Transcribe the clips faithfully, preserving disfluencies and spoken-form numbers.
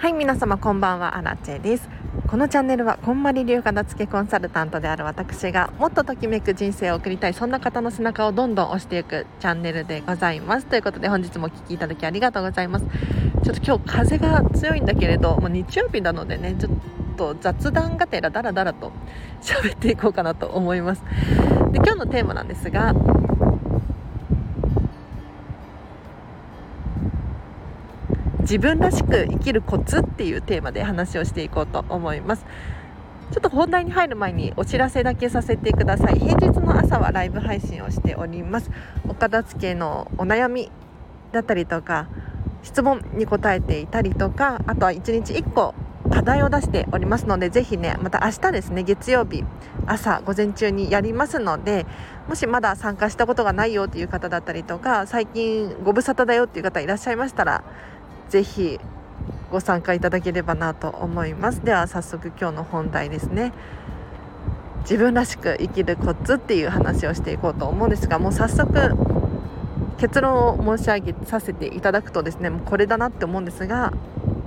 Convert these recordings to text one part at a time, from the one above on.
はい、皆様こんばんは、アラチェです。このチャンネルはこんまり流片付けコンサルタントである私がもっとときめく人生を送りたい、そんな方の背中をどんどん押していくチャンネルでございます。ということで本日もお聞きいただきありがとうございます。ちょっと今日風が強いんだけれどもう日曜日なのでね、ちょっと雑談がてらダラダラと喋っていこうかなと思います。で、今日のテーマなんですが、自分らしく生きるコツっていうテーマで話をしていこうと思います。ちょっと本題に入る前にお知らせだけさせてください。平日の朝はライブ配信をしております。お片付けのお悩みだったりとか質問に答えていたりとか、あとはいちにちいっこ課題を出しておりますので、ぜひね、また明日ですね、月曜日朝午前中にやりますので、もしまだ参加したことがないよという方だったりとか、最近ご無沙汰だよっていう方いらっしゃいましたら、ぜひご参加いただければなと思います。では早速今日の本題ですね。自分らしく生きるコツっていう話をしていこうと思うんですが、もう早速結論を申し上げさせていただくとですね、もうこれだなって思うんですが、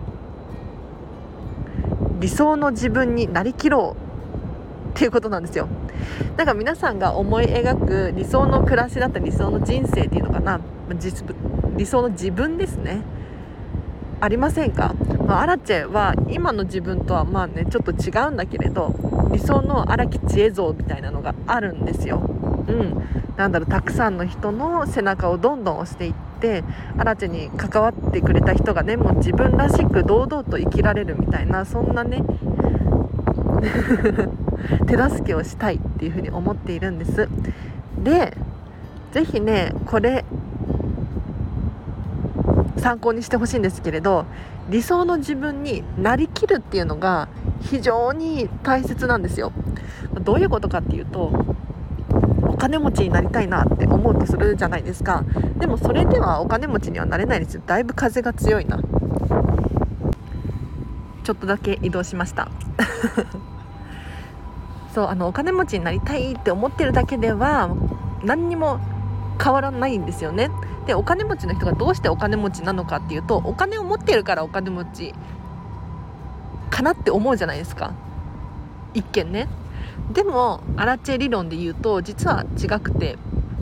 理想の自分になりきろうっていうことなんですよ。なんか皆さんが思い描く理想の暮らしだったり理想の人生っていうのかな、理想の自分ですね、ありませんか？まあ、アラチェは今の自分とはまあねちょっと違うんだけれど、理想の荒木知恵像みたいなのがあるんですよ。うん、なんだろう、たくさんの人の背中をどんどん押していって、アラチェに関わってくれた人がね、もう自分らしく堂々と生きられるみたいな、そんなね手助けをしたいっていうふうに思っているんです。で、ぜひねこれ参考にしてほしいんですけれど、理想の自分になりきるっていうのが非常に大切なんですよ。どういうことかっていうと、お金持ちになりたいなって思うとするじゃないですか。でもそれではお金持ちにはなれないですよ。だいぶ風が強いな。ちょっとだけ移動しましたそう、あのお金持ちになりたいって思ってるだけでは何にも変わらないんですよね。で、お金持ちの人がどうしてお金持ちなのかっていうと、お金を持っているからお金持ちかなって思うじゃないですか、一見ね。でもアラチェ理論で言うと実は違くて、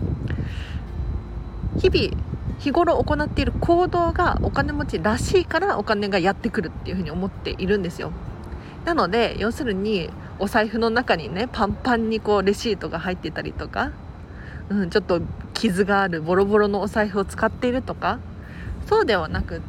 日々日頃行っている行動がお金持ちらしいからお金がやってくるっていうふうに思っているんですよ。なので要するにお財布の中にねパンパンにこうレシートが入ってたりとか、うん、ちょっと傷があるボロボロのお財布を使っているとか、そうではなくって、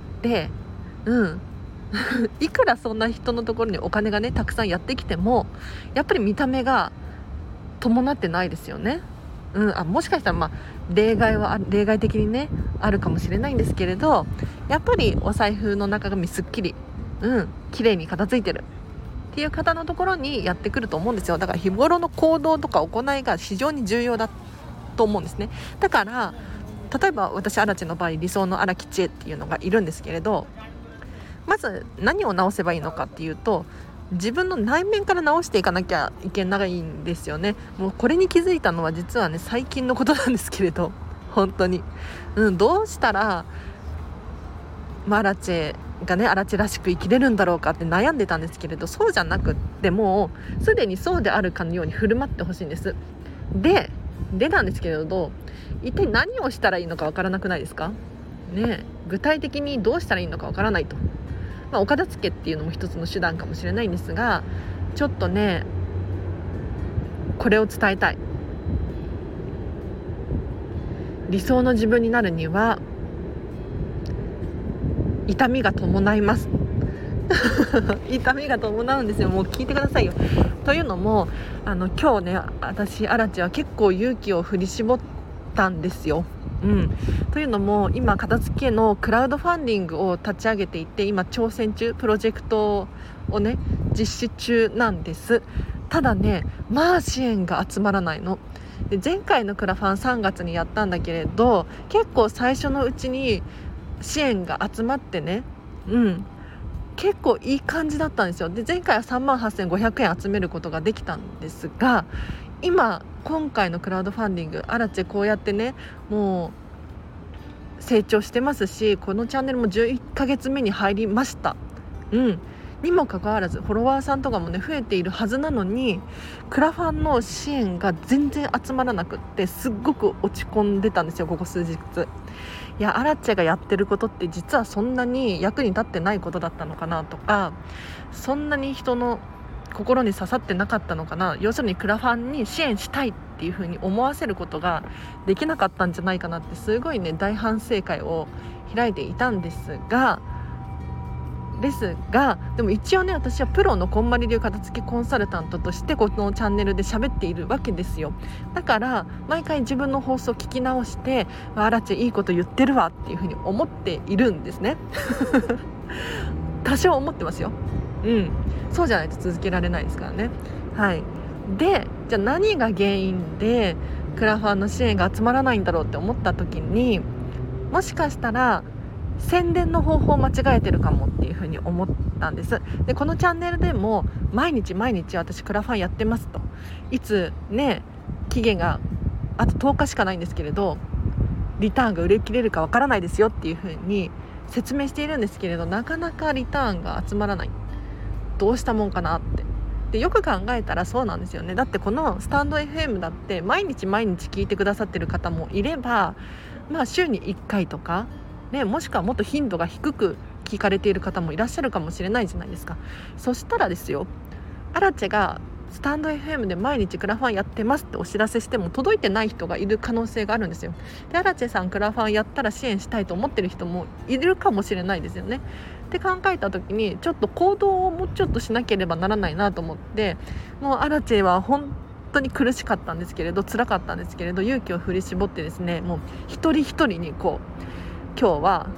うんいくらそんな人のところにお金がねたくさんやってきても、やっぱり見た目が伴ってないですよね。うん、あもしかしたらまあ例外は例外的にねあるかもしれないんですけれど、やっぱりお財布の中がすっきり、うん綺麗に片付いてるっていう方のところにやってくると思うんですよ。だから日頃の行動とか行いが非常に重要だと思うんですね。だから例えば私アラチェの場合、理想の荒木知恵っていうのがいるんですけれど、まず何を直せばいいのかっていうと、自分の内面から直していかなきゃいけないんですよね。もうこれに気づいたのは実はね最近のことなんですけれど、本当に、うん、どうしたら、まあ、アラチェがねアラチェらしく生きれるんだろうかって悩んでたんですけれど、そうじゃなくってもうすでにそうであるかのように振る舞ってほしいんです。ででなんですけれど、一体何をしたらいいのかわからなくないですかね。具体的にどうしたらいいのかわからないと、まあ、お片付けっていうのも一つの手段かもしれないんですが、ちょっとねこれを伝えたい。理想の自分になるには痛みが伴います痛みが伴うんですよ。もう聞いてくださいよ。というのもあの今日ね私アラチは結構勇気を振り絞ったんですよ。うん、というのも今片付けのクラウドファンディングを立ち上げていて、今挑戦中、プロジェクトをね実施中なんです。ただねまあ支援が集まらないので、前回のクラファンさんがつにやったんだけれど、結構最初のうちに支援が集まってね、うん結構いい感じだったんですよ。で前回はさんまんはっせんごひゃくえん集めることができたんですが、今今回のクラウドファンディング、アラチェこうやってねもう成長してますし、このチャンネルもじゅういっかげつめに入りましたうんにもかかわらずフォロワーさんとかもね増えているはずなのに、クラファンの支援が全然集まらなくって、すっごく落ち込んでたんですよ、ここ数日。いや、アラチェがやってることって実はそんなに役に立ってないことだったのかなとか、そんなに人の心に刺さってなかったのかな、要するにクラファンに支援したいっていう風に思わせることができなかったんじゃないかなって、すごいね大反省会を開いていたんですがですがでも一応ね、私はプロのこんまり流片付けコンサルタントとしてこのチャンネルで喋っているわけですよ。だから毎回自分の放送を聞き直して、あらちいいこと言ってるわっていうふうに思っているんですね多少思ってますよ。うんそうじゃないと続けられないですからね。はいでじゃあ何が原因でクラファンの支援が集まらないんだろうって思った時に、もしかしたら宣伝の方法を間違えてるかもっていう風に思ったんです。でこのチャンネルでも毎日毎日私クラファンやってますと、いつね期限があととおかしかないんですけれどリターンが売れ切れるかわからないですよっていう風に説明しているんですけれど、なかなかリターンが集まらない。どうしたもんかなって。でよく考えたらそうなんですよね。だってこのスタンド エフエム だって毎日毎日聞いてくださってる方もいれば、まあ週にいっかいとかね、もしくはもっと頻度が低く聞かれている方もいらっしゃるかもしれないじゃないですか。そしたらですよ、アラチェがスタンド エフエム で毎日クラファンやってますってお知らせしても届いてない人がいる可能性があるんですよ。でアラチェさんクラファンやったら支援したいと思ってる人もいるかもしれないですよね。って考えた時にちょっと行動をもうちょっとしなければならないなと思って、もうアラチェは本当に苦しかったんですけれど、辛かったんですけれど、勇気を振り絞ってですね、もう一人一人にこう今日は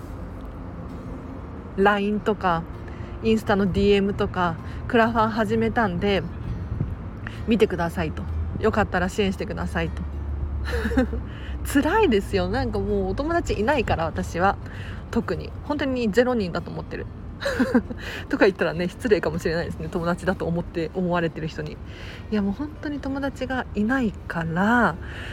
ライン とかインスタの ディーエム とかクラファン始めたんで見てくださいと、よかったら支援してくださいと辛いですよ。なんかもうお友達いないから、私は特に本当にゼロにんだと思ってるとか言ったらね失礼かもしれないですね、友達だと思って思われてる人に。いやもう本当に友達がいないから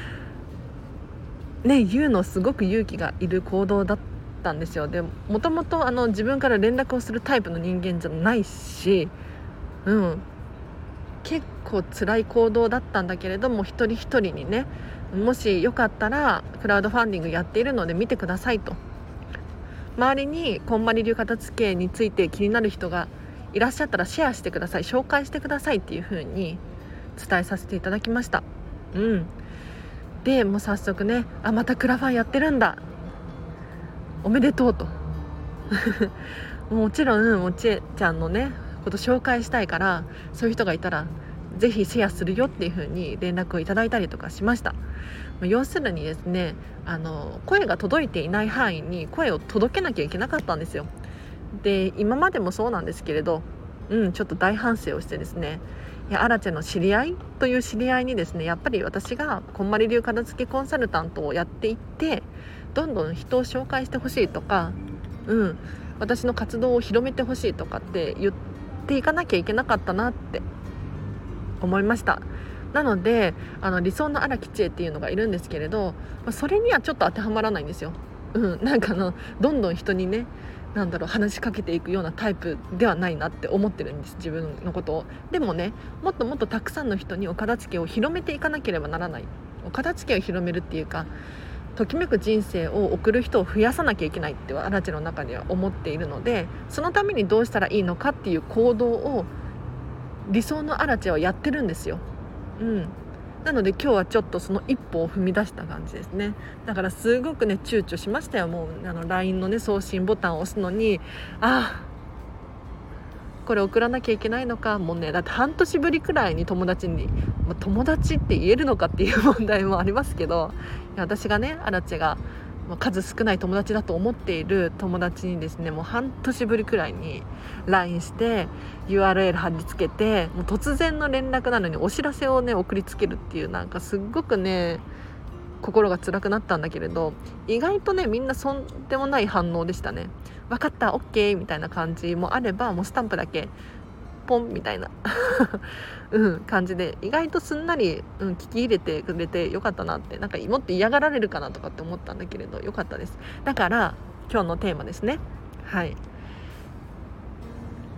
ね、言うのすごく勇気がいる行動だったんですよ。でもともとあの自分から連絡をするタイプの人間じゃないし、うん、結構辛い行動だったんだけれども、一人一人にね、もしよかったらクラウドファンディングやっているので見てくださいと、周りにこんまり流片付けについて気になる人がいらっしゃったらシェアしてください、紹介してくださいっていう風に伝えさせていただきました。うんでもう早速ね、あまたクラファンやってるんだ、おめでとうともちろんもちえちゃんのねこと紹介したいから、そういう人がいたらぜひシェアするよっていう風に連絡をいただいたりとかしました。要するにですね、あの声が届いていない範囲に声を届けなきゃいけなかったんですよ。で今までもそうなんですけれど、うんちょっと大反省をしてですね、いやアラチェの知り合いという知り合いにですね、やっぱり私がこんまり流片付けコンサルタントをやっていってどんどん人を紹介してほしいとか、うん、私の活動を広めてほしいとかって言っていかなきゃいけなかったなって思いました。なのであの理想の荒木知恵っていうのがいるんですけれど、それにはちょっと当てはまらないんですよ。うん、なんかあのどんどん人にねなんだろう話しかけていくようなタイプではないなって思ってるんです、自分のことを。でもね、もっともっとたくさんの人にお片付けを広めていかなければならない。お片付けを広めるっていうか、ときめく人生を送る人を増やさなきゃいけないってアラチェの中では思っているので、そのためにどうしたらいいのかっていう行動を理想のアラチェはやってるんですよ。うんなので今日はちょっとその一歩を踏み出した感じですね。だからすごくね躊躇しましたよ。もうあの ライン のね送信ボタンを押すのに、あこれ送らなきゃいけないのか、もうねだって半年ぶりくらいに友達に、まあ、友達って言えるのかっていう問題もありますけど、私がねアラチェが数少ない友達だと思っている友達にですね、もう半年ぶりくらいに ライン して ユーアールエル 貼り付けて、もう突然の連絡なのにお知らせをね送りつけるっていう、なんかすっごくね心が辛くなったんだけれど、意外とねみんなそんでもない反応でしたね。分かった OK みたいな感じもあれば、もうスタンプだけポンみたいなうん、感じで意外とすんなり、うん、聞き入れてくれてよかったなって、なんかもっと嫌がられるかなとかって思ったんだけれどよかったです。だから今日のテーマですね。はい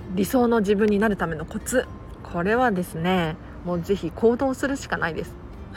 理想の自分になるためのコツ、これはですね、もうぜひ行動するしかないです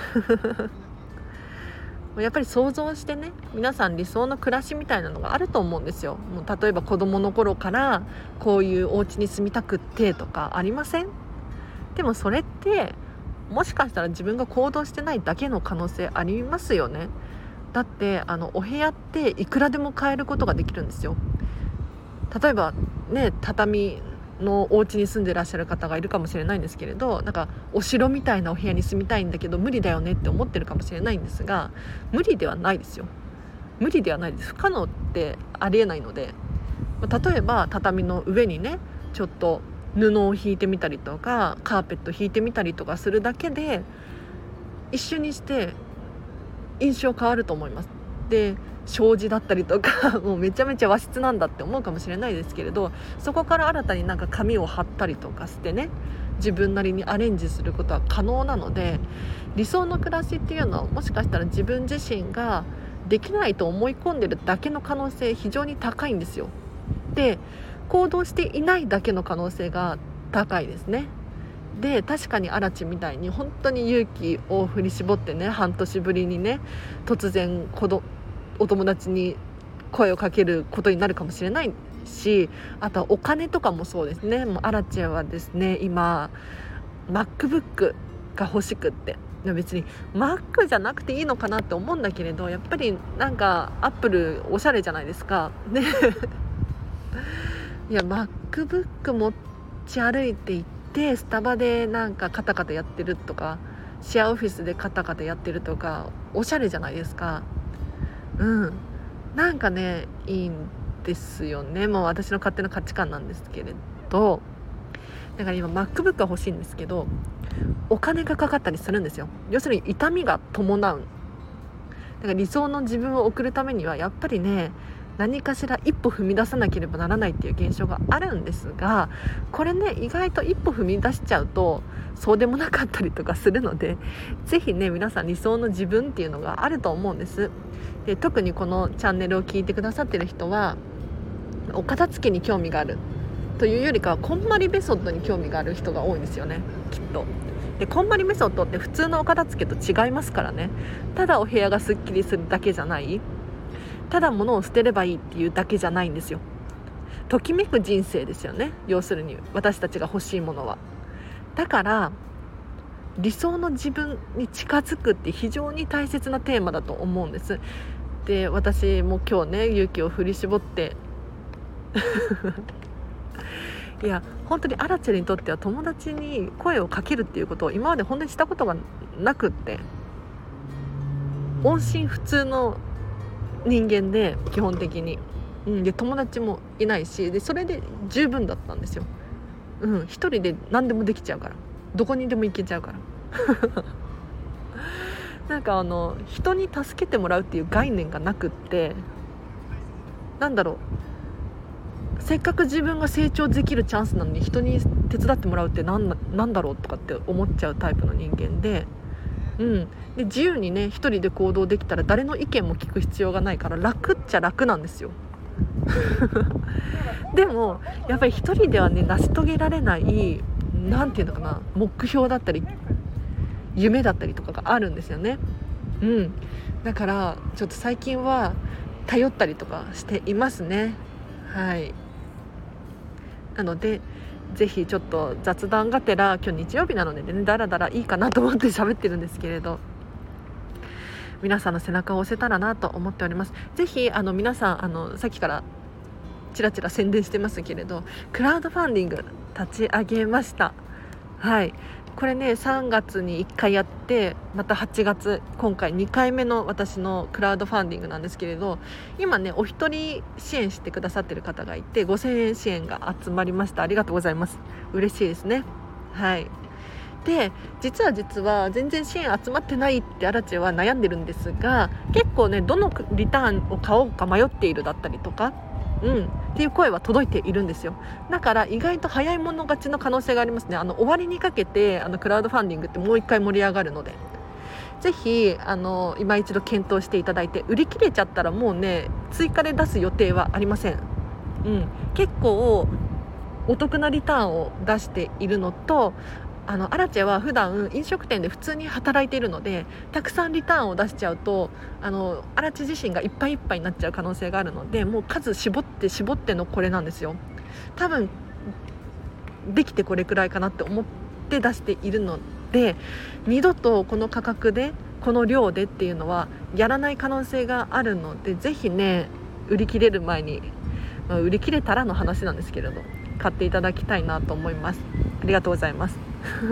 やっぱり想像してね、皆さん理想の暮らしみたいなのがあると思うんですよ。もう例えば子供の頃からこういうお家に住みたくってとかありません？でもそれってもしかしたら自分が行動してないだけの可能性ありますよね。だってあのお部屋っていくらでも変えることができるんですよ。例えばね、畳のお家に住んでらっしゃる方がいるかもしれないんですけれど、なんかお城みたいなお部屋に住みたいんだけど無理だよねって思ってるかもしれないんですが、無理ではないですよ。無理ではないです。不可能ってありえないので、例えば畳の上にねちょっと布を引いてみたりとかカーペット引いてみたりとかするだけで一瞬にして印象変わると思います。で、障子だったりとかもうめちゃめちゃ和室なんだって思うかもしれないですけれど、そこから新たになんか紙を貼ったりとかしてね、自分なりにアレンジすることは可能なので、理想の暮らしっていうのはもしかしたら自分自身ができないと思い込んでるだけの可能性非常に高いんですよ。で、行動していないだけの可能性が高いですね。で、確かにアラチみたいに本当に勇気を振り絞ってね、半年ぶりにね突然子どお友達に声をかけることになるかもしれないし、あとはお金とかもそうですね。もうアラチはですね、今 MacBook が欲しくって、別に Mac じゃなくていいのかなって思うんだけれど、やっぱりなんか Apple おしゃれじゃないですかねいや MacBook 持ち歩いていってスタバでなんかカタカタやってるとか、シェアオフィスでカタカタやってるとか、おしゃれじゃないですか。うん、なんかねいいんですよね。もう私の勝手な価値観なんですけれど、だから今 MacBook が欲しいんですけど、お金がかかったりするんですよ。要するに痛みが伴う。だから理想の自分を送るためにはやっぱりね、何かしら一歩踏み出さなければならないっていう現象があるんですが、これね意外と一歩踏み出しちゃうとそうでもなかったりとかするので、ぜひね皆さん理想の自分っていうのがあると思うんです。で、特にこのチャンネルを聞いてくださってる人はお片付けに興味があるというよりかはこんまりメソッドに興味がある人が多いんですよね、きっと。で、こんまりメソッドって普通のお片付けと違いますからね。ただお部屋がすっきりするだけじゃない、ただ物を捨てればいいっていうだけじゃないんですよ。ときめく人生ですよね、要するに私たちが欲しいものは。だから理想の自分に近づくって非常に大切なテーマだと思うんです。で、私も今日ね勇気を振り絞っていや本当にアラチェにとっては友達に声をかけるっていうことを今まで本当にしたことがなくって、音信不通の人間で基本的に、うん、で友達もいないし、でそれで十分だったんですよ。うん、一人で何でもできちゃうから、どこにでも行けちゃうからなんかあの人に助けてもらうっていう概念がなくって、なんだろう、せっかく自分が成長できるチャンスなのに人に手伝ってもらうってなんなんだろうとかって思っちゃうタイプの人間で、うん、で自由にね一人で行動できたら誰の意見も聞く必要がないから楽っちゃ楽なんですよでもやっぱり一人ではね成し遂げられないなんていうのかな、目標だったり夢だったりとかがあるんですよね。うん、だからちょっと最近は頼ったりとかしていますね。はい。なのでぜひちょっと雑談がてら、今日日曜日なのでねだらだらいいかなと思って喋ってるんですけれど、皆さんの背中を押せたらなと思っております。ぜひあの皆さんあのさっきからチラチラ宣伝してますけれど、クラウドファンディング立ち上げました。はい、これねさんがつにいっかいやって、またはちがつ今回にかいめの私のクラウドファンディングなんですけれど、今ねお一人支援してくださってる方がいてごせんえん支援が集まりました。ありがとうございます。嬉しいですね。はい。で、実は実は全然支援集まってないってアラチェは悩んでるんですが、結構ねどのリターンを買おうか迷っているだったりとか、うん、っていう声は届いているんですよ。だから意外と早い者勝ちの可能性がありますね。あの終わりにかけてあのクラウドファンディングってもう一回盛り上がるので、ぜひあの今一度検討していただいて、売り切れちゃったらもうね追加で出す予定はありません。うん、結構お得なリターンを出しているのと、あのアラチェは普段飲食店で普通に働いているので、たくさんリターンを出しちゃうとあのアラチェ自身がいっぱいいっぱいになっちゃう可能性があるので、もう数絞って絞ってのこれなんですよ。多分できてこれくらいかなって思って出しているので、二度とこの価格でこの量でっていうのはやらない可能性があるので、ぜひね売り切れる前に、まあ、売り切れたらの話なんですけれど買っていただきたいなと思います。ありがとうございます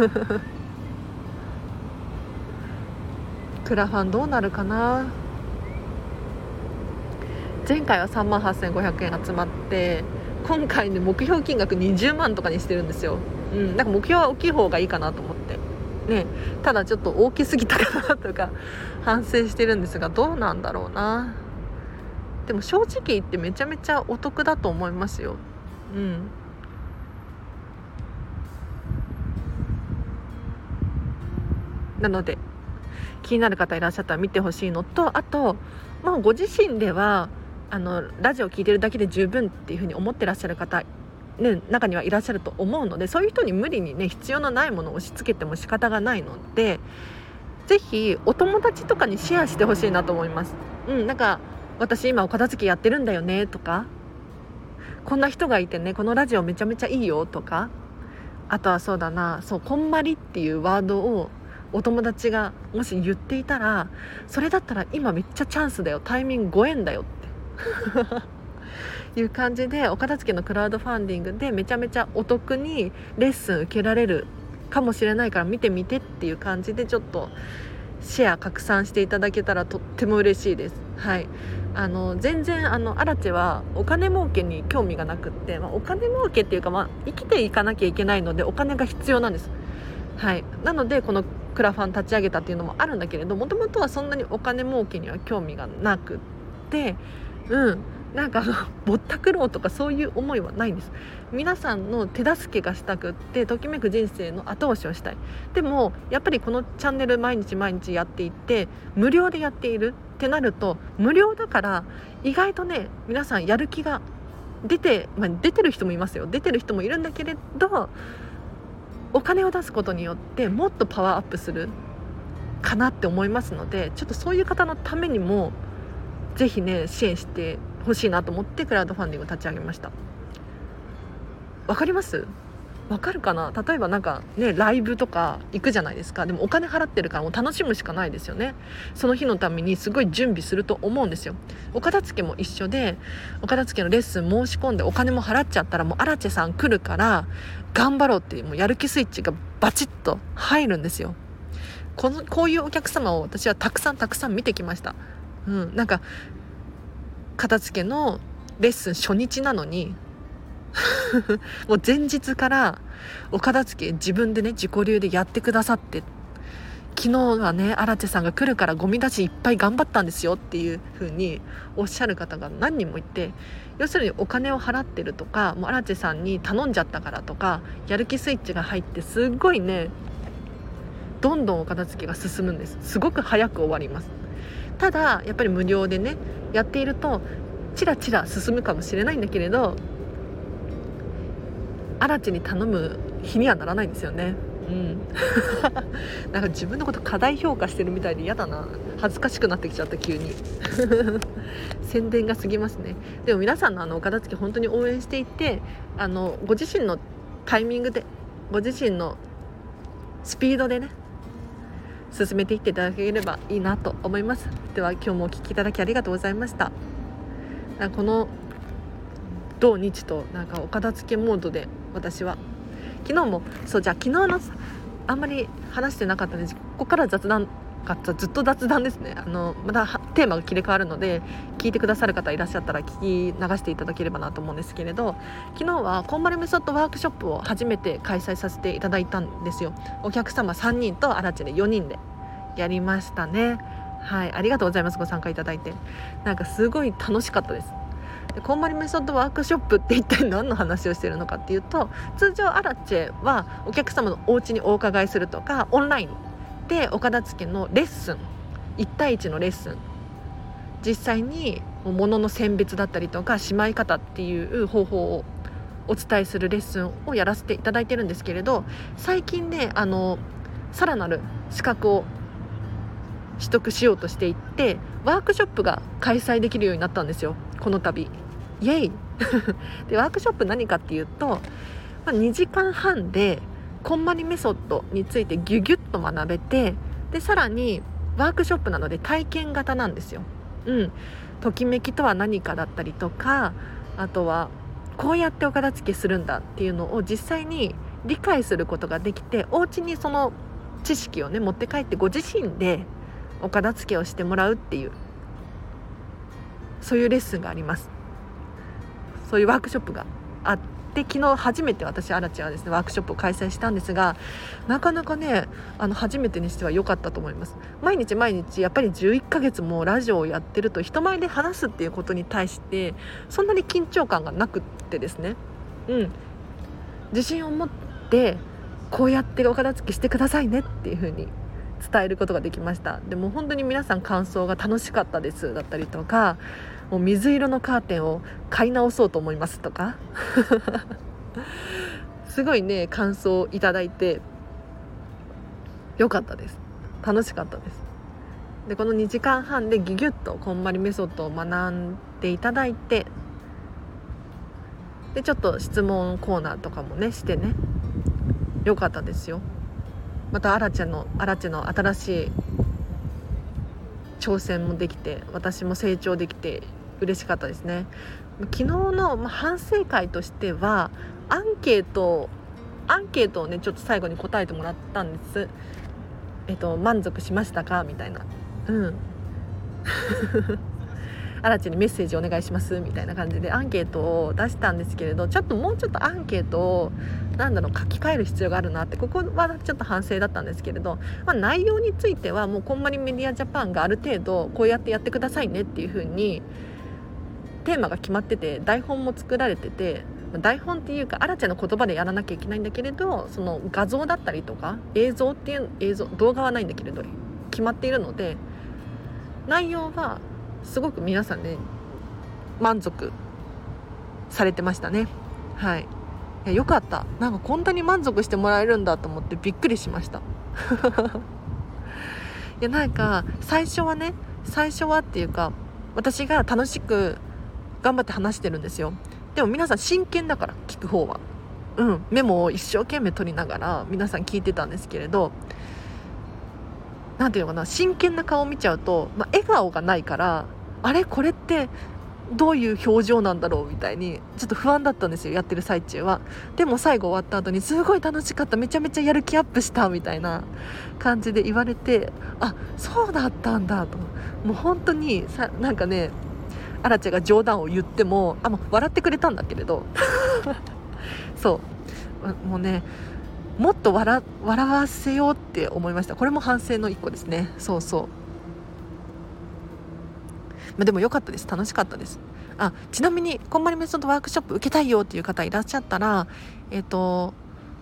クラファンどうなるかな。前回はさんまんはっせんごひゃくえん集まって、今回ね目標金額にじゅうまんとかにしてるんですよ。うん、なんか目標は大きい方がいいかなと思ってね。ただちょっと大きすぎたかなとか反省してるんですが、どうなんだろうな。でも正直言ってめちゃめちゃお得だと思いますよ。うん。なので気になる方いらっしゃったら見てほしいのと、あと、まあ、ご自身ではあのラジオを聞いてるだけで十分っていう風に思ってらっしゃる方、ね、中にはいらっしゃると思うので、そういう人に無理にね必要のないものを押し付けても仕方がないので、ぜひお友達とかにシェアしてほしいなと思います。うん、なんか私今お片付けやってるんだよねとか、こんな人がいてねこのラジオめちゃめちゃいいよとか、あとはそうだな、そうこんまりっていうワードをお友達がもし言っていたら、それだったら今めっちゃチャンスだよ、タイミングごえんだよっていう感じで、お片付けのクラウドファンディングでめちゃめちゃお得にレッスン受けられるかもしれないから見てみてっていう感じで、ちょっとシェア拡散していただけたらとっても嬉しいです。はい、あの全然あのアラチェはお金儲けに興味がなくって、まあ、お金儲けっていうか、まあ、生きていかなきゃいけないのでお金が必要なんです。はい、なのでこのクラファン立ち上げたっていうのもあるんだけれど、もともとはそんなにお金儲けには興味がなくって、うんなんかあのぼったくろうとかそういう思いはないんです。皆さんの手助けがしたくって、ときめく人生の後押しをしたい。でもやっぱりこのチャンネル毎日毎日やっていって無料でやっているってなると、無料だから意外とね皆さんやる気が出て、まあ、出てる人もいますよ。出てる人もいるんだけれど、お金を出すことによってもっとパワーアップするかなって思いますので、ちょっとそういう方のためにもぜひね支援してほしいなと思ってクラウドファンディングを立ち上げました。わかります？わかるかな。例えばなんかねライブとか行くじゃないですか。でもお金払ってるからもう楽しむしかないですよね。その日のためにすごい準備すると思うんですよ。お片付けも一緒で、お片付けのレッスン申し込んでお金も払っちゃったら、もうアラチェさん来るから頑張ろうっていう、もうやる気スイッチがバチッと入るんですよ。このこういうお客様を私はたくさんたくさん見てきました。うん、なんか片付けのレッスン初日なのにもう前日からお片付け自分でね自己流でやってくださって、昨日はねアラチェさんが来るからゴミ出しいっぱい頑張ったんですよっていう風におっしゃる方が何人もいて、要するにお金を払ってるとか、もうアラチェさんに頼んじゃったからとか、やる気スイッチが入ってすっごいねどんどんお片付けが進むんです。すごく早く終わります。ただやっぱり無料でねやっているとチラチラ進むかもしれないんだけれど、アラチェに頼む日にはならないんですよね。うんなんか自分のこと過大評価してるみたいで嫌だな。恥ずかしくなってきちゃった急に宣伝が過ぎますね。でも皆さんのあのお片付け本当に応援していて、あのご自身のタイミングでご自身のスピードでね進めていっていただければいいなと思います。では今日もお聞きいただきありがとうございました。この土日となんかお片付けモードで、私は昨日もそうじゃあ昨日のあんまり話してなかったんです。ここから雑談かずっと雑談ですね。あのまたテーマが切り替わるので、聞いてくださる方いらっしゃったら聞き流していただければなと思うんですけれど、昨日はこんまりメソッドワークショップを初めて開催させていただいたんですよ。お客様さんにんとアラチェでよにんでやりましたね。はい、ありがとうございます。ご参加いただいて、なんかすごい楽しかったです。でこんまりメソッドワークショップって一体何の話をしているのかっていうと、通常アラチェはお客様のお家にお伺いするとか、オンラインでお片付けのレッスン、いち対いちのレッスン、実際に物の選別だったりとかしまい方っていう方法をお伝えするレッスンをやらせていただいてるんですけれど、最近ねあのさらなる資格を取得しようとしていって、ワークショップが開催できるようになったんですよ、この度。イエイでワークショップ何かっていうと、まあ、にじかんはんでこんまりメソッドについてギュギュッと学べて、でさらにワークショップなので体験型なんですよ。うんときめきとは何かだったりとか、あとはこうやってお片付けするんだっていうのを実際に理解することができて、お家にその知識をね持って帰ってご自身でお片付けをしてもらうっていう、そういうレッスンがあります。そういうワークショップがあって、昨日初めて私アラチはですねワークショップを開催したんですが、なかなかねあの初めてにしては良かったと思います。毎日毎日やっぱりじゅういっかげつもラジオをやってると、人前で話すっていうことに対してそんなに緊張感がなくってですね、うん自信を持ってこうやってお片付けしてくださいねっていう風に伝えることができました。でも本当に皆さん感想が楽しかったですだったりとか、もう水色のカーテンを買い直そうと思いますとかすごいね感想をいただいてよかったです。楽しかったです。でこのにじかんはんでギュギュッとこんまりメソッドを学んでいただいて、でちょっと質問コーナーとかもねしてね、よかったですよ。またアラチェのアラチェの新しい挑戦もできて、私も成長できて嬉しかったですね。昨日の反省会としてはアンケートアンケートをねちょっと最後に答えてもらったんです。えっと満足しましたかみたいな、うんアラチェにメッセージお願いしますみたいな感じでアンケートを出したんですけれど、ちょっともうちょっとアンケートをなんだろう書き換える必要があるなって、ここはちょっと反省だったんですけれど、まあ、内容についてはもうこんまりメディアジャパンがある程度こうやってやってくださいねっていう風にテーマが決まってて、台本も作られてて、台本っていうかアラチェの言葉でやらなきゃいけないんだけれど、その画像だったりとか映像っていう映像動画はないんだけれど決まっているので、内容はすごく皆さんね満足されてましたね。はい、いやよかった。なんかこんなに満足してもらえるんだと思ってびっくりしましたいやなんか最初はね最初はっていうか私が楽しく頑張って話してるんですよ。でも皆さん真剣だから、聞く方は、うん、メモを一生懸命取りながら皆さん聞いてたんですけれど、なんていうのかな、真剣な顔を見ちゃうと、まあ、笑顔がないから、あれこれってどういう表情なんだろうみたいにちょっと不安だったんですよ、やってる最中は。でも最後終わった後にすごい楽しかった、めちゃめちゃやる気アップしたみたいな感じで言われて、あそうだったんだと、もう本当にさ、なんかねアラチェが冗談を言ってもあもう笑ってくれたんだけれどそうもうねもっと 笑, 笑わせようって思いました。これも反省の一個ですね。そうそう、まあ、でも良かったです。楽しかったです。あちなみにこんまりメソッドワークショップ受けたいよっていう方いらっしゃったら、えっと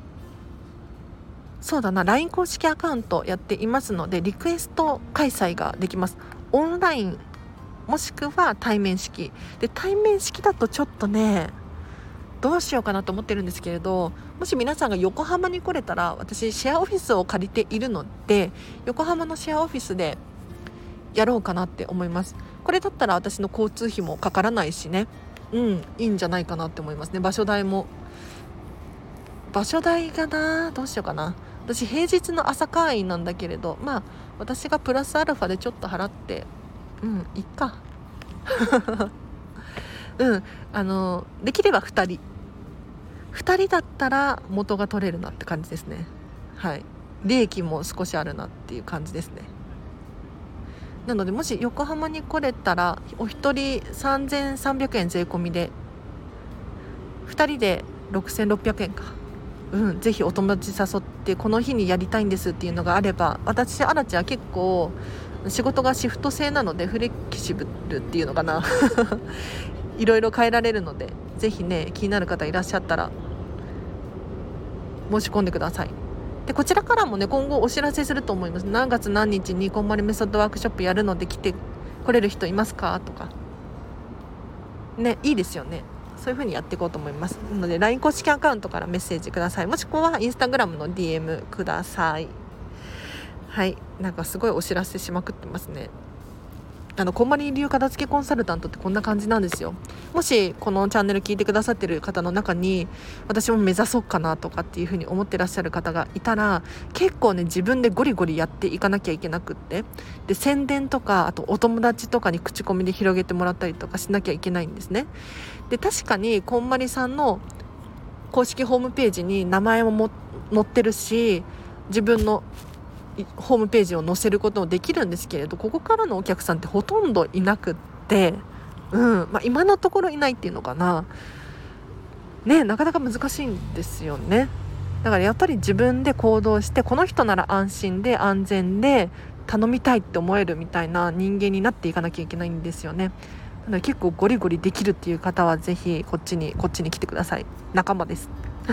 そうだな ライン 公式アカウントやっていますのでリクエスト開催ができます。オンラインもしくは対面式で、対面式だとちょっとねどうしようかなと思ってるんですけれど、もし皆さんが横浜に来れたら、私シェアオフィスを借りているので横浜のシェアオフィスでやろうかなって思います。これだったら私の交通費もかからないしね、うんいいんじゃないかなって思いますね。場所代も場所代がなどうしようかな。私平日の朝会員なんだけれど、まあ私がプラスアルファでちょっと払ってうんいっかうんあのできればふたりふたりだったら元が取れるなって感じですね。はい利益も少しあるなっていう感じですね。なのでもし横浜に来れたらお一人さんぜんさんびゃくえん税込みで、ふたりでろくせんろっぴゃくえんか、うん、ぜひお友達誘ってこの日にやりたいんですっていうのがあれば、私アラチは結構仕事がシフト制なのでフレキシブルっていうのかないろいろ変えられるので、ぜひね気になる方いらっしゃったら申し込んでください。でこちらからもね今後お知らせすると思います。何月何日にこんまりメソッドワークショップやるので来て来れる人いますかとかね、いいですよね。 そういう風にやっていこうと思います。なので ライン 公式アカウントからメッセージください。もしくはインスタグラムの ディーエム ください。はい、なんかすごいお知らせしまくってますね。あのこんまり流片付けコンサルタントってこんな感じなんですよ。もしこのチャンネル聞いてくださってる方の中に私も目指そうかなとかっていう風に思ってらっしゃる方がいたら、結構ね自分でゴリゴリやっていかなきゃいけなくって、で宣伝とかあとお友達とかに口コミで広げてもらったりとかしなきゃいけないんですね。で確かにこんまりさんの公式ホームページに名前もも載ってるし、自分のホームページを載せることもできるんですけれど、ここからのお客さんってほとんどいなくって、うんまあ、今のところいないっていうのかな、ね、なかなか難しいんですよね。だからやっぱり自分で行動して、この人なら安心で安全で頼みたいって思えるみたいな人間になっていかなきゃいけないんですよね。なので結構ゴリゴリできるっていう方はぜひこっちにこっちに来てください。仲間です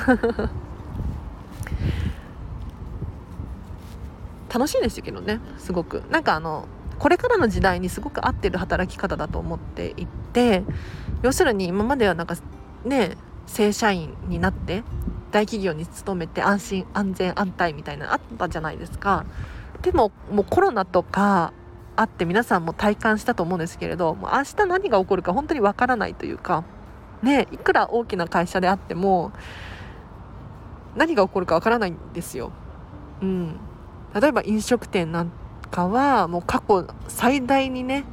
楽しいですけどね、すごくなんかあのこれからの時代にすごく合ってる働き方だと思っていて、要するに今まではなんかね正社員になって大企業に勤めて安心安全安泰みたいなのあったじゃないですか。でももうコロナとかあって皆さんも体感したと思うんですけれど、もう明日何が起こるか本当にわからないというかね、いくら大きな会社であっても何が起こるかわからないんですよ。うん例えば飲食店なんかはもう過去最大にね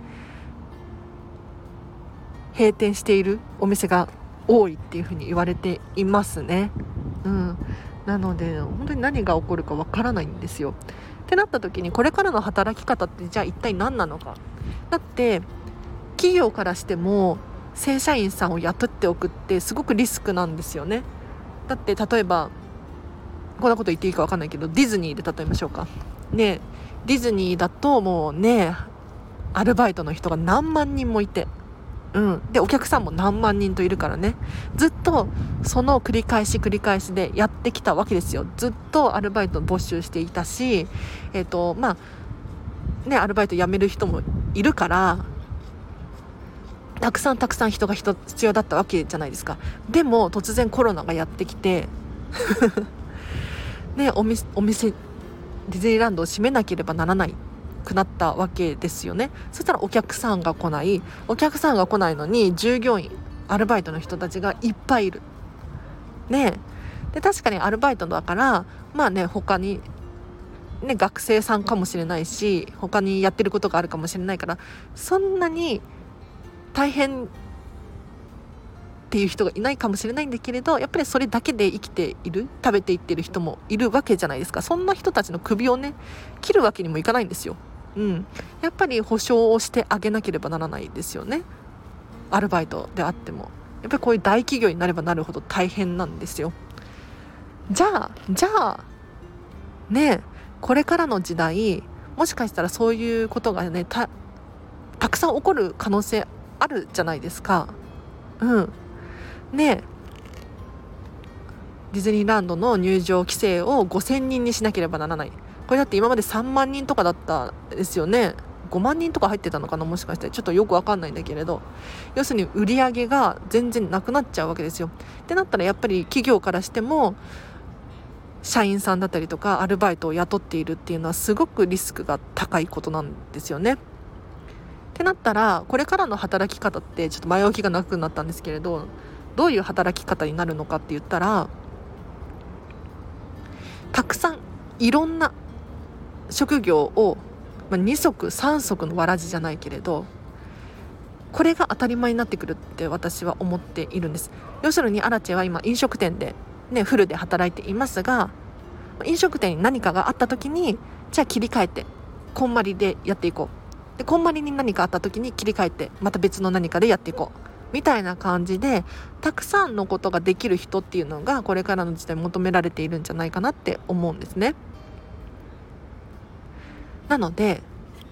閉店しているお店が多いっていうふうに言われていますね。うん、なので本当に何が起こるかわからないんですよ。ってなった時にこれからの働き方ってじゃあ一体何なのか。だって企業からしても正社員さんを雇っておくってすごくリスクなんですよね。だって例えばこんなこと言っていいか分かんないけど、ディズニーで例えましょうかね。ディズニーだともうねアルバイトの人が何万人もいて、うん、でお客さんも何万人といるからね、ずっとその繰り返し繰り返しでやってきたわけですよ。ずっとアルバイトを募集していたし、えーとまあね、アルバイト辞める人もいるからたくさんたくさん人が必要だったわけじゃないですか。でも突然コロナがやってきてね、お店、お店ディズニーランドを閉めなければならないくなったわけですよね。そしたらお客さんが来ないお客さんが来ないのに従業員アルバイトの人たちがいっぱいいる、ね、で確かにアルバイトだからまあね他に、ね、学生さんかもしれないし他にやってることがあるかもしれないから、そんなに大変っていう人がいないかもしれないんだけれど、やっぱりそれだけで生きている食べていってる人もいるわけじゃないですか。そんな人たちの首をね切るわけにもいかないんですよ。うん、やっぱり保証をしてあげなければならないですよね。アルバイトであってもやっぱりこういう大企業になればなるほど大変なんですよ。じゃあじゃあねこれからの時代もしかしたらそういうことがね た, たくさん起こる可能性あるじゃないですか。うんね、ディズニーランドの入場規制をごせんにんにしなければならない。これだって今までさんまんにんとかだったですよね。ごまんにんとか入ってたのかな、もしかしてちょっとよくわかんないんだけれど、要するに売り上げが全然なくなっちゃうわけですよ。ってなったらやっぱり企業からしても社員さんだったりとかアルバイトを雇っているっていうのはすごくリスクが高いことなんですよね。ってなったらこれからの働き方ってちょっと前置きがなくなったんですけれど、どういう働き方になるのかって言ったら、たくさんいろんな職業を、まあ、に足さん足のわらじじゃないけれどこれが当たり前になってくるって私は思っているんです。要するにアラチェは今飲食店で、ね、フルで働いていますが、飲食店に何かがあった時にじゃあ切り替えてこんまりでやっていこう、でこんまりに何かあった時に切り替えてまた別の何かでやっていこうみたいな感じで、たくさんのことができる人っていうのがこれからの時代求められているんじゃないかなって思うんですね。なので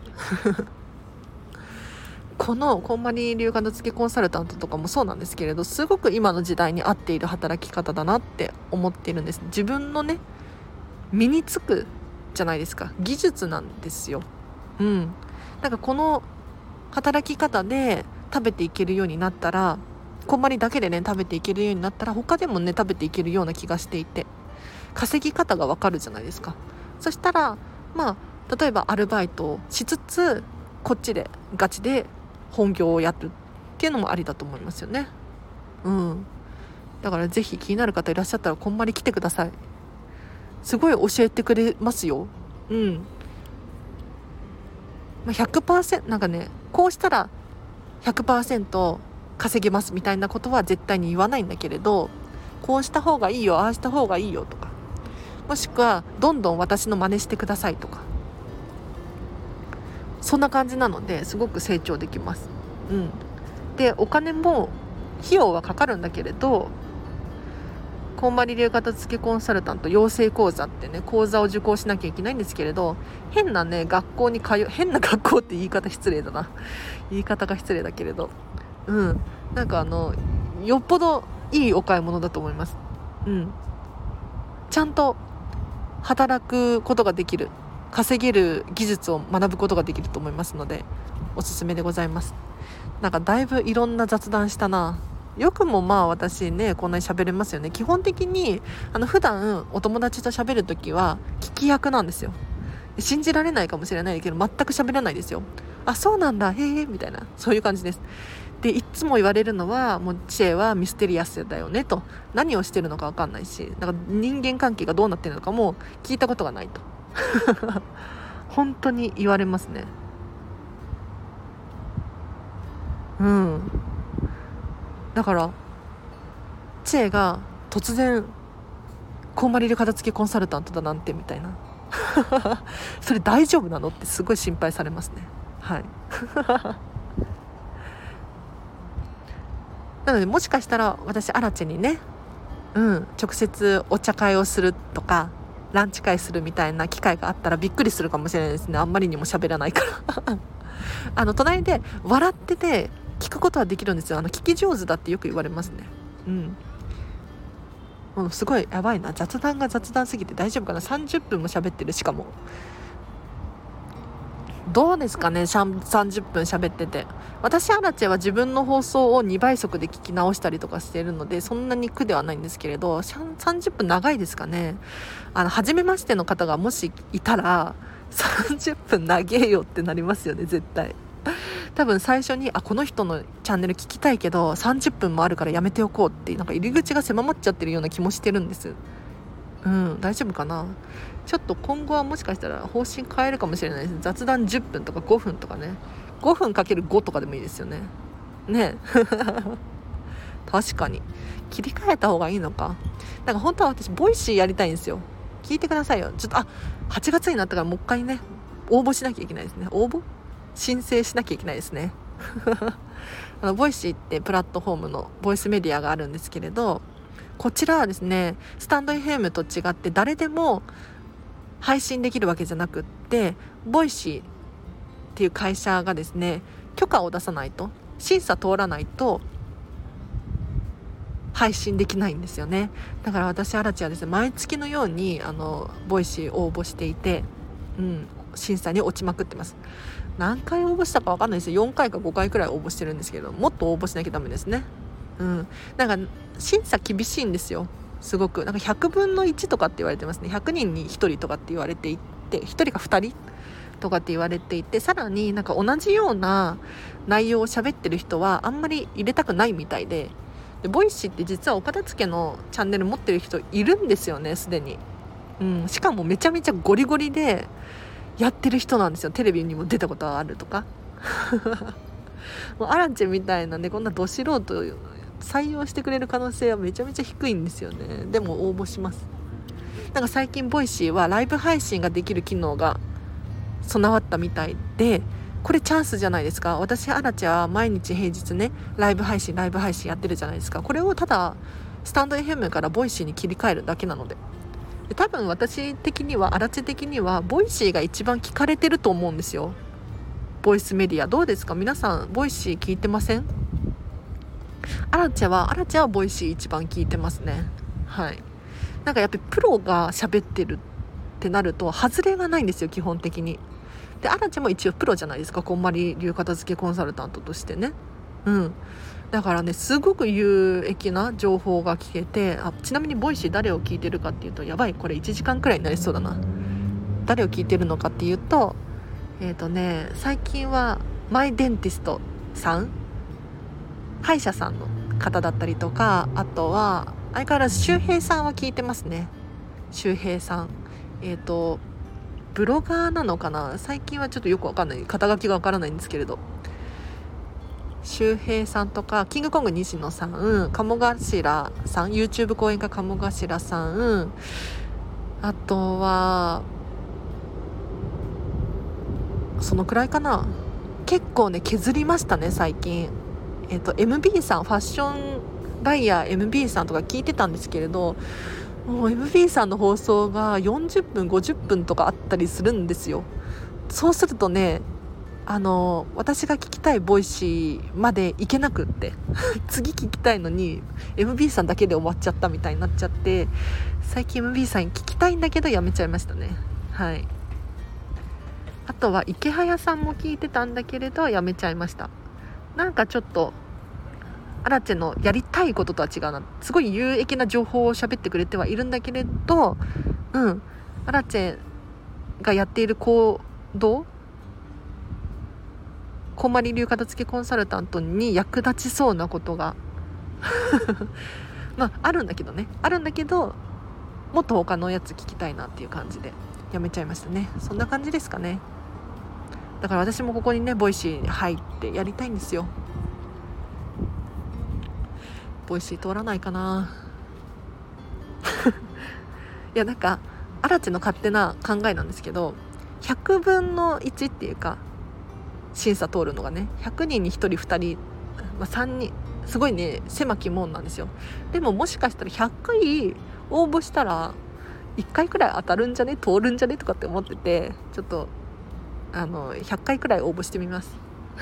このこんまり流片付けコンサルタントとかもそうなんですけれど、すごく今の時代に合っている働き方だなって思っているんです。自分のね身につくじゃないですか、技術なんですよ。うんなんかこの働き方で食べていけるようになったらこんまりだけでね食べていけるようになったら他でもね食べていけるような気がしていて、稼ぎ方がわかるじゃないですか。そしたらまあ例えばアルバイトをしつつこっちでガチで本業をやるっていうのもありだと思いますよね。うんだからぜひ気になる方いらっしゃったらこんまり来てください。すごい教えてくれますよ。うんまあ、ひゃくパーセント なんかねこうしたら ひゃくパーセント 稼げますみたいなことは絶対に言わないんだけれど、こうした方がいいよああした方がいいよとか、もしくはどんどん私の真似してくださいとか、そんな感じなのですごく成長できます。うんでお金も費用はかかるんだけれど、こんまり流片付けコンサルタント養成講座ってね講座を受講しなきゃいけないんですけれど、変なね学校に通う変な学校って言い方失礼だな言い方が失礼だけれど、うんなんかあのよっぽどいいお買い物だと思います。うんちゃんと働くことができる、稼げる技術を学ぶことができると思いますのでおすすめでございます。なんかだいぶいろんな雑談したな。よくもまあ私ねこんなに喋れますよね。基本的にあの普段お友達と喋るときは聞き役なんですよ。信じられないかもしれないけど全く喋れないですよ。あそうなんだへえみたいな、そういう感じです。でいつも言われるのはもう知恵はミステリアスだよねと、何をしてるのか分かんないし、なんか人間関係がどうなってるのかも聞いたことがないと本当に言われますね。うんだから知恵が突然こんまり流片付けコンサルタントだなんてみたいなそれ大丈夫なのってすごい心配されますね。はいなのでもしかしたら私アラチェにね、うん、直接お茶会をするとかランチ会するみたいな機会があったらびっくりするかもしれないですね。あんまりにも喋らないからあの隣で笑ってて聞くことはできるんですよ。あの聞き上手だってよく言われますね。うんもうすごいやばいな、雑談が雑談すぎて大丈夫かな。さんじゅっぷんも喋ってる。しかもどうですかねさんじゅっぷん喋ってて、私アラチェは自分の放送をにばい速で聞き直したりとかしているのでそんなに苦ではないんですけれど、さんじゅっぷん長いですかね。あの初めましての方がもしいたらさんじゅっぷん長えよってなりますよね絶対。多分最初にあこの人のチャンネル聞きたいけどさんじゅっぷんもあるからやめておこうってなんか入り口が狭まっちゃってるような気もしてるんです。うん大丈夫かな。ちょっと今後はもしかしたら方針変えるかもしれないです。雑談じゅっぷんとかごふんとかね、ごふんかけるごとかでもいいですよね。ね確かに切り替えた方がいいのか。なんか本当は私ボイシーやりたいんですよ。聞いてくださいよ。ちょっとあはちがつになったからもう一回ね応募しなきゃいけないですね。応募申請しなきゃいけないですねあのボイシーってプラットフォームのボイスメディアがあるんですけれど、こちらはですねスタンド エフエム と違って誰でも配信できるわけじゃなくって、ボイシーっていう会社がですね許可を出さないと、審査通らないと配信できないんですよね。だから私アラチはですね毎月のようにあのボイシー応募していて、うん、審査に落ちまくってます。何回応募したか分かんないですよ。よんかいかごかいくらい応募してるんですけど、もっと応募しなきゃダメですね。うんなんか審査厳しいんですよ。すごくなんかひゃくぶんのいちとかって言われてますね。ひゃくにんにひとりとかって言われていて、ひとりかふたりとかって言われていて、さらになんか同じような内容を喋ってる人はあんまり入れたくないみたいで、でボイシーって実はお片付けのチャンネル持ってる人いるんですよねすでに、うん、しかもめちゃめちゃゴリゴリでやってる人なんですよ。テレビにも出たことがあるとかもうアランチェみたいなねこんなど素人採用してくれる可能性はめちゃめちゃ低いんですよね。でも応募します。なんか最近ボイシーはライブ配信ができる機能が備わったみたいで、これチャンスじゃないですか。私アラチェは毎日平日ねライブ配信ライブ配信やってるじゃないですか。これをただスタンド エフエム からボイシーに切り替えるだけなので、で多分私的にはアラチェ的にはボイシーが一番聞かれてると思うんですよ。ボイスメディアどうですか皆さん。ボイシー聞いてません？アラチェはアラチェはボイシー一番聞いてますね。はい。なんかやっぱりプロが喋ってるってなると外れがないんですよ基本的に。でアラチェも一応プロじゃないですか。こんまり流片付けコンサルタントとしてね。 うん、だからねすごく有益な情報が聞けて、あちなみにボイシー誰を聞いてるかっていうと、やばいこれいちじかんくらいになりそうだな。誰を聞いてるのかっていうと、えっとね最近はマイデンティストさん、歯医者さんの方だったりとか、あとは相変わらず周平さんは聞いてますね。周平さん、えっとブロガーなのかな、最近はちょっとよくわかんない、肩書きがわからないんですけれど、周平さんとかキングコング西野さん、鴨頭さん、 YouTube 講演家鴨頭さん、あとはそのくらいかな。結構ね削りましたね最近。えっと エムビー さん、ファッションバイヤー エムビー さんとか聞いてたんですけれど、もう エムビー さんの放送がよんじゅっぷんごじゅっぷんとかあったりするんですよ。そうするとね、あの私が聞きたいボイシーまで行けなくって次聞きたいのに エムビー さんだけで終わっちゃったみたいになっちゃって、最近 エムビー さん聞きたいんだけどやめちゃいましたね。はい。あとは池早さんも聞いてたんだけれどやめちゃいました。なんかちょっとアラチェのやりたいこととは違うな。すごい有益な情報を喋ってくれてはいるんだけれど、うんアラチェがやっている行動、こんまり流片付けコンサルタントに役立ちそうなことがまああるんだけどねあるんだけどもっと他のやつ聞きたいなっていう感じでやめちゃいましたね。そんな感じですかね。だから私もここにねボイシーに入ってやりたいんですよ。ボイシー通らないかないやなんかアラチェの勝手な考えなんですけど、ひゃくぶんのいちっていうか審査通るのがねひゃくにんにひとりふたり、まあ、さんにん、すごいね狭き門なんですよ。でももしかしたらひゃっかい応募したらいっかいくらい当たるんじゃね通るんじゃねとかって思ってて、ちょっとあのひゃっかいくらい応募してみます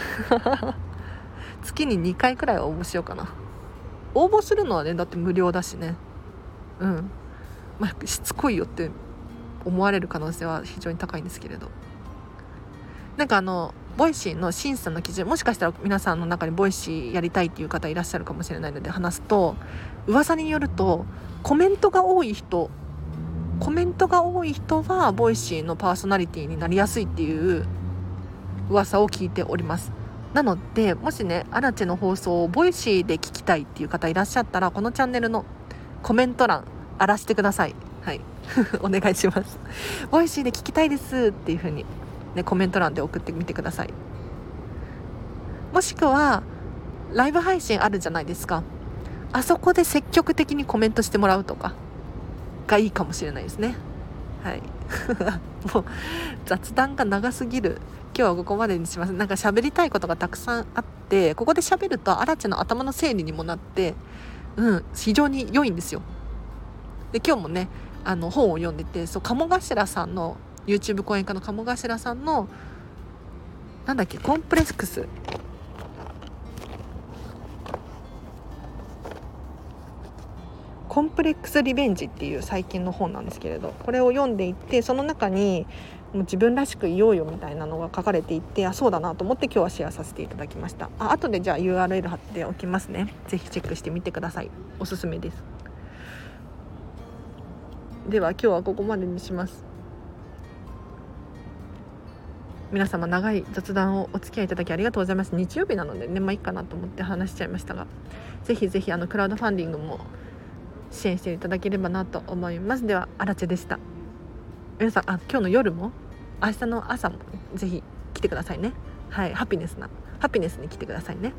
月ににかいくらい応募しようかな。応募するのはねだって無料だしね。うんまあしつこいよって思われる可能性は非常に高いんですけれど、なんかあのボイシーの審査の基準、もしかしたら皆さんの中にボイシーやりたいっていう方いらっしゃるかもしれないので話すと、噂によるとコメントが多い人コメントが多い人はボイシーのパーソナリティになりやすいっていう噂を聞いております。なのでもしねアラチェの放送をボイシーで聞きたいっていう方いらっしゃったら、このチャンネルのコメント欄荒らしてください。はいお願いします。ボイシーで聞きたいですっていう風にねコメント欄で送ってみてください。もしくはライブ配信あるじゃないですか、あそこで積極的にコメントしてもらうとかがいいかもしれないですね。はいもう雑談が長すぎる。今日はここまでにします。なんか喋りたいことがたくさんあって、ここで喋るとアラチェの頭の整理にもなって、うん非常に良いんですよ。で今日もねあの本を読んでて、そう鴨頭さんの YouTube 講演家の鴨頭さんのなんだっけコンプレックスコンプレックスリベンジっていう最近の本なんですけれど、これを読んでいって、その中にもう自分らしくいようよみたいなのが書かれていて、あそうだなと思って今日はシェアさせていただきました。あ後でじゃあ ユーアールエル 貼っておきますね。ぜひチェックしてみてください。おすすめです。では今日はここまでにします。皆様長い雑談をお付き合いいただきありがとうございます。日曜日なのでねまあいいかなと思って話しちゃいましたが、ぜひぜひあのクラウドファンディングも支援していただければなと思います。ではアラチェでした。皆さんあ今日の夜も明日の朝もぜひ来てくださいね。はいハピネスなハピネスに来てくださいね。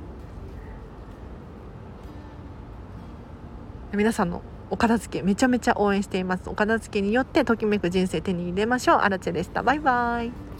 皆さんのお片付けめちゃめちゃ応援しています。お片付けによってときめく人生手に入れましょう。アラチェでした。バイバイ。